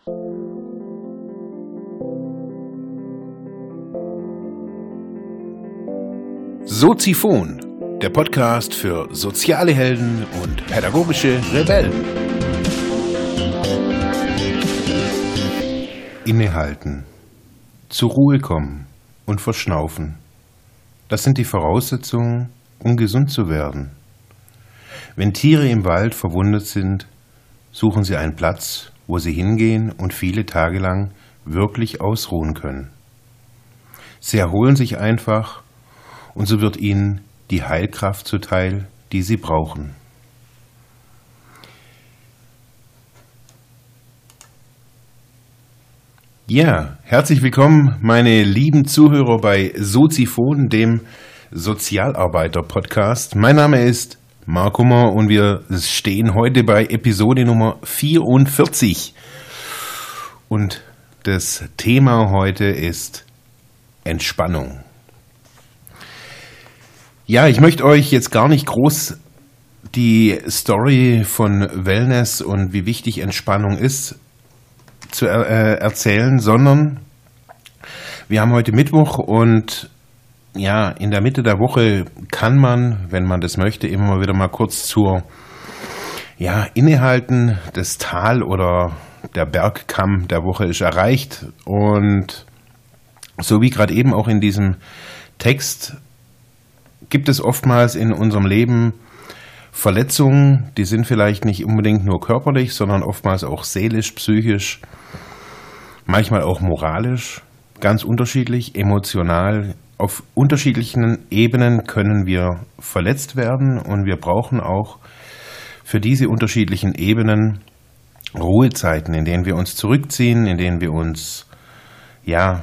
Soziphon, der Podcast für soziale Helden und pädagogische Rebellen. Innehalten, zur Ruhe kommen und verschnaufen. Das sind die Voraussetzungen, um gesund zu werden. Wenn Tiere im Wald verwundet sind, suchen sie einen Platz, wo sie hingehen und viele Tage lang wirklich ausruhen können. Sie erholen sich einfach und so wird ihnen die Heilkraft zuteil, die sie brauchen. Ja, herzlich willkommen, meine lieben Zuhörer bei Soziphon, dem Sozialarbeiter-Podcast. Mein Name ist Marc Hummer und wir stehen heute bei Episode Nummer 44. Und das Thema heute ist Entspannung. Ja, ich möchte euch jetzt gar nicht groß die Story von Wellness und wie wichtig Entspannung ist zu erzählen, sondern wir haben heute Mittwoch und ja, in der Mitte der Woche kann man, wenn man das möchte, immer wieder mal kurz innehalten. Das Tal oder der Bergkamm der Woche ist erreicht und so wie gerade eben auch in diesem Text gibt es oftmals in unserem Leben Verletzungen, die sind vielleicht nicht unbedingt nur körperlich, sondern oftmals auch seelisch, psychisch, manchmal auch moralisch, ganz unterschiedlich, emotional. Auf unterschiedlichen Ebenen können wir verletzt werden und wir brauchen auch für diese unterschiedlichen Ebenen Ruhezeiten, in denen wir uns zurückziehen, in denen wir uns wieder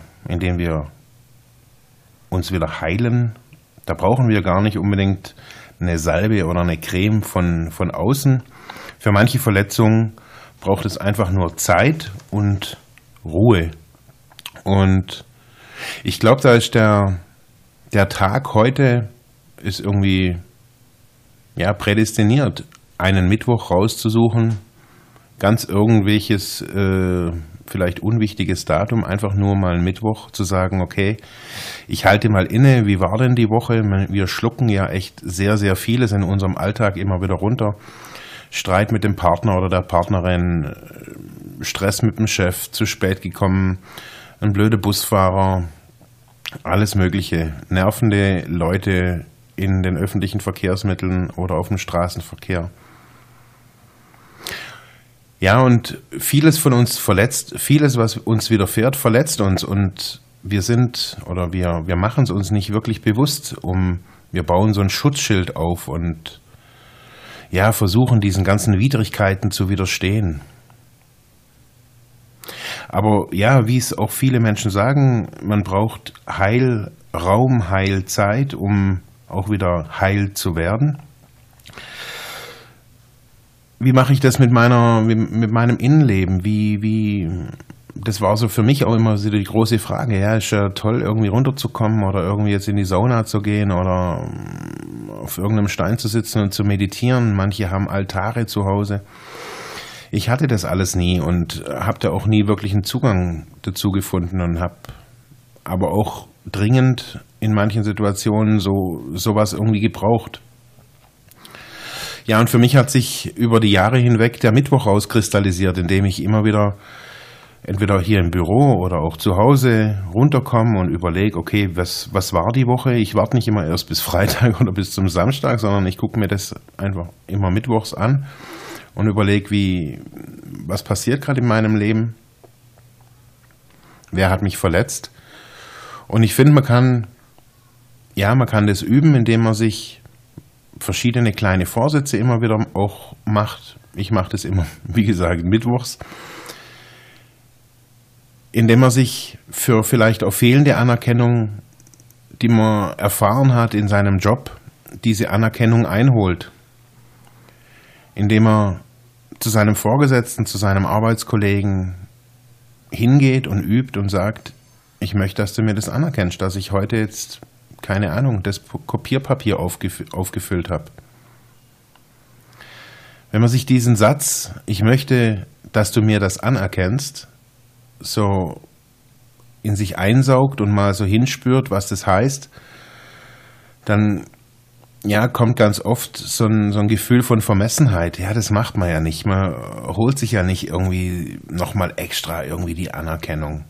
heilen. Da brauchen wir gar nicht unbedingt eine Salbe oder eine Creme von außen. Für manche Verletzungen braucht es einfach nur Zeit und Ruhe. Und ich glaube, da ist der Tag heute ist irgendwie prädestiniert, einen Mittwoch rauszusuchen, ganz irgendwelches vielleicht unwichtiges Datum, einfach nur mal einen Mittwoch zu sagen, okay, ich halte mal inne, wie war denn die Woche? Wir schlucken ja echt sehr, sehr vieles in unserem Alltag immer wieder runter. Streit mit dem Partner oder der Partnerin, Stress mit dem Chef, zu spät gekommen, ein blöder Busfahrer, alles Mögliche, nervende Leute in den öffentlichen Verkehrsmitteln oder auf dem Straßenverkehr. Ja, und vieles von uns verletzt, vieles, was uns widerfährt, verletzt uns und wir machen es uns nicht wirklich bewusst, wir bauen so ein Schutzschild auf und versuchen diesen ganzen Widrigkeiten zu widerstehen. Aber wie es auch viele Menschen sagen, man braucht Heilraum, Heilzeit, um auch wieder heil zu werden. Wie mache ich das mit meinem Innenleben? Das war so für mich auch immer so die große Frage. Ja, ist ja toll, irgendwie runterzukommen oder irgendwie jetzt in die Sauna zu gehen oder auf irgendeinem Stein zu sitzen und zu meditieren. Manche haben Altare zu Hause. Ich hatte das alles nie und habe da auch nie wirklich einen Zugang dazu gefunden und habe aber auch dringend in manchen Situationen sowas irgendwie gebraucht. Ja, und für mich hat sich über die Jahre hinweg der Mittwoch rauskristallisiert, indem ich immer wieder entweder hier im Büro oder auch zu Hause runterkomme und überlege, okay, was war die Woche? Ich warte nicht immer erst bis Freitag oder bis zum Samstag, sondern ich gucke mir das einfach immer mittwochs an und überlege, was passiert gerade in meinem Leben? Wer hat mich verletzt? Und ich finde, man kann das üben, indem man sich verschiedene kleine Vorsätze immer wieder auch macht. Ich mache das immer, wie gesagt, mittwochs. Indem man sich für vielleicht auch fehlende Anerkennung, die man erfahren hat in seinem Job, diese Anerkennung einholt. Indem er zu seinem Vorgesetzten, zu seinem Arbeitskollegen hingeht und übt und sagt, ich möchte, dass du mir das anerkennst, dass ich heute jetzt, keine Ahnung, das Kopierpapier aufgefüllt habe. Wenn man sich diesen Satz, ich möchte, dass du mir das anerkennst, so in sich einsaugt und mal so hinspürt, was das heißt, dann ja, kommt ganz oft so ein Gefühl von Vermessenheit. Ja, das macht man ja nicht. Man holt sich ja nicht irgendwie nochmal extra irgendwie die Anerkennung.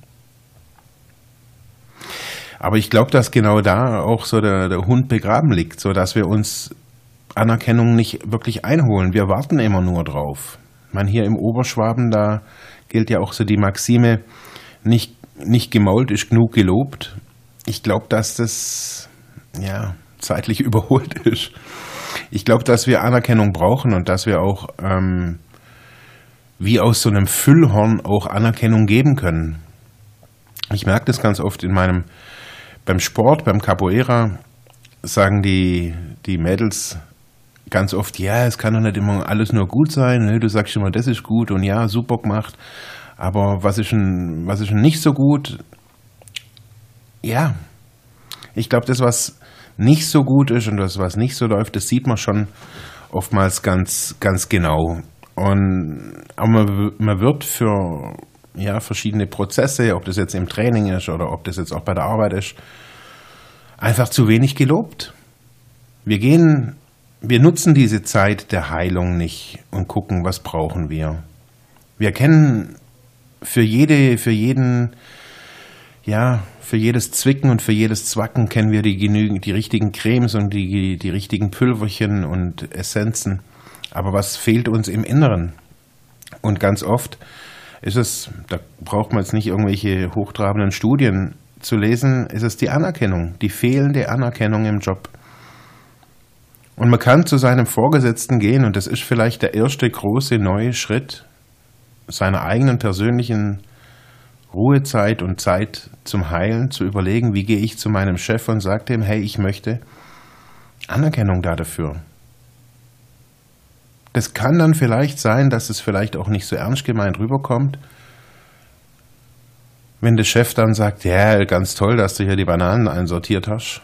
Aber ich glaube, dass genau da auch so der Hund begraben liegt, so dass wir uns Anerkennung nicht wirklich einholen. Wir warten immer nur drauf. Man, hier im Oberschwaben, da gilt ja auch so die Maxime, nicht gemault ist genug gelobt. Ich glaube, dass das ja zeitlich überholt ist. Ich glaube, dass wir Anerkennung brauchen und dass wir auch wie aus so einem Füllhorn auch Anerkennung geben können. Ich merke das ganz oft beim Sport, beim Capoeira, sagen die Mädels ganz oft, ja, es kann doch nicht immer alles nur gut sein, ne? Du sagst immer, das ist gut und ja, super gemacht, aber was ist denn nicht so gut? Ja, ich glaube, das, was nicht so gut ist und das, was nicht so läuft, das sieht man schon oftmals ganz, ganz genau. Aber man wird für verschiedene Prozesse, ob das jetzt im Training ist oder ob das jetzt auch bei der Arbeit ist, einfach zu wenig gelobt. Wir nutzen diese Zeit der Heilung nicht und gucken, was brauchen wir. Wir kennen für jedes Zwicken und für jedes Zwacken kennen wir die richtigen Cremes und die richtigen Pülverchen und Essenzen. Aber was fehlt uns im Inneren? Und ganz oft ist es, da braucht man jetzt nicht irgendwelche hochtrabenden Studien zu lesen, ist es die Anerkennung, die fehlende Anerkennung im Job. Und man kann zu seinem Vorgesetzten gehen und das ist vielleicht der erste große neue Schritt seiner eigenen persönlichen Ruhezeit und Zeit zum Heilen, zu überlegen, wie gehe ich zu meinem Chef und sage dem, hey, ich möchte Anerkennung dafür. Das kann dann vielleicht sein, dass es vielleicht auch nicht so ernst gemeint rüberkommt, wenn der Chef dann sagt, ja, ganz toll, dass du hier die Bananen einsortiert hast.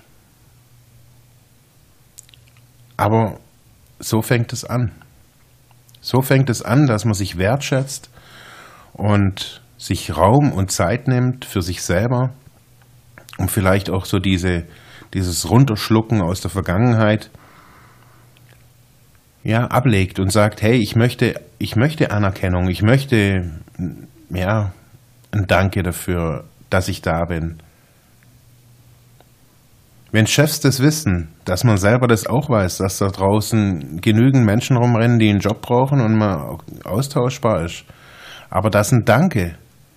Aber so fängt es an. So fängt es an, dass man sich wertschätzt und sich Raum und Zeit nimmt für sich selber, um vielleicht auch so dieses Runterschlucken aus der Vergangenheit ablegt und sagt, hey, ich möchte Anerkennung, ich möchte ein Danke dafür, dass ich da bin. Wenn Chefs das wissen, dass man selber das auch weiß, dass da draußen genügend Menschen rumrennen, die einen Job brauchen und man austauschbar ist, aber das ein Danke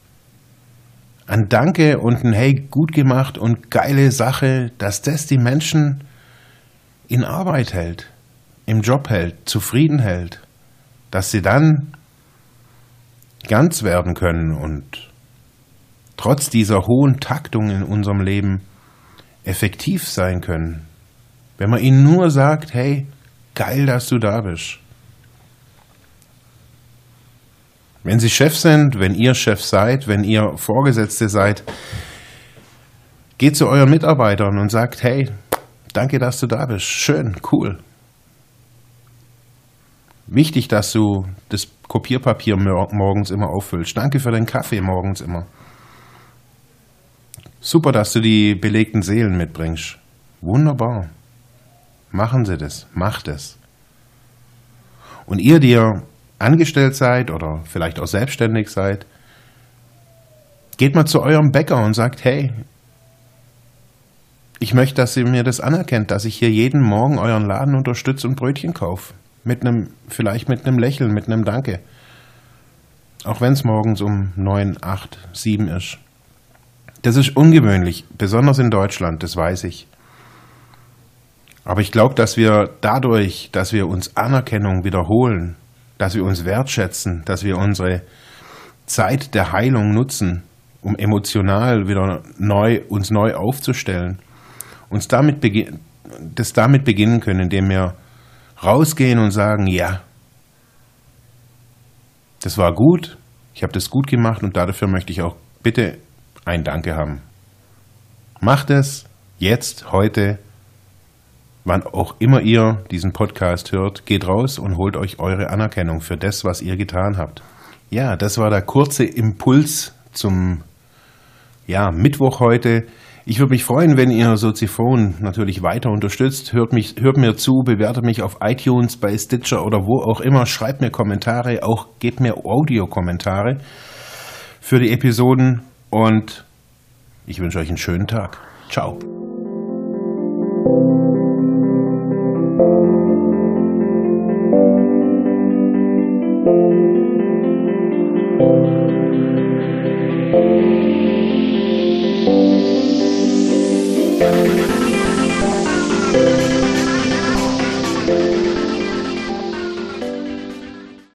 und ein Hey, gut gemacht und geile Sache, dass das die Menschen in Arbeit hält, im Job hält, zufrieden hält, dass sie dann ganz werden können und trotz dieser hohen Taktung in unserem Leben effektiv sein können. Wenn man ihnen nur sagt, hey, geil, dass du da bist. Wenn Sie Chef sind, wenn ihr Chef seid, wenn ihr Vorgesetzte seid, geht zu euren Mitarbeitern und sagt, hey, danke, dass du da bist. Schön, cool. Wichtig, dass du das Kopierpapier morgens immer auffüllst. Danke für deinen Kaffee morgens immer. Super, dass du die belegten Seelen mitbringst. Wunderbar. Machen Sie das. Macht es. Und ihr, die ihr angestellt seid oder vielleicht auch selbstständig seid, geht mal zu eurem Bäcker und sagt, hey, ich möchte, dass ihr mir das anerkennt, dass ich hier jeden Morgen euren Laden unterstütze und Brötchen kaufe. Vielleicht mit einem Lächeln, mit einem Danke. Auch wenn es morgens um 9, 8, 7 ist. Das ist ungewöhnlich, besonders in Deutschland, das weiß ich. Aber ich glaube, dass wir dadurch, dass wir uns Anerkennung wiederholen, dass wir uns wertschätzen, dass wir unsere Zeit der Heilung nutzen, um emotional wieder uns neu aufzustellen, uns damit beginnen können, indem wir rausgehen und sagen, ja, das war gut, ich habe das gut gemacht und dafür möchte ich auch bitte ein Danke haben. Macht es jetzt, heute, wann auch immer ihr diesen Podcast hört, geht raus und holt euch eure Anerkennung für das, was ihr getan habt. Ja, das war der kurze Impuls zum Mittwoch heute. Ich würde mich freuen, wenn ihr Soziphon natürlich weiter unterstützt. Hört mir zu, bewertet mich auf iTunes, bei Stitcher oder wo auch immer. Schreibt mir Kommentare, auch gebt mir Audiokommentare für die Episoden. Und ich wünsche euch einen schönen Tag. Ciao. Thank you.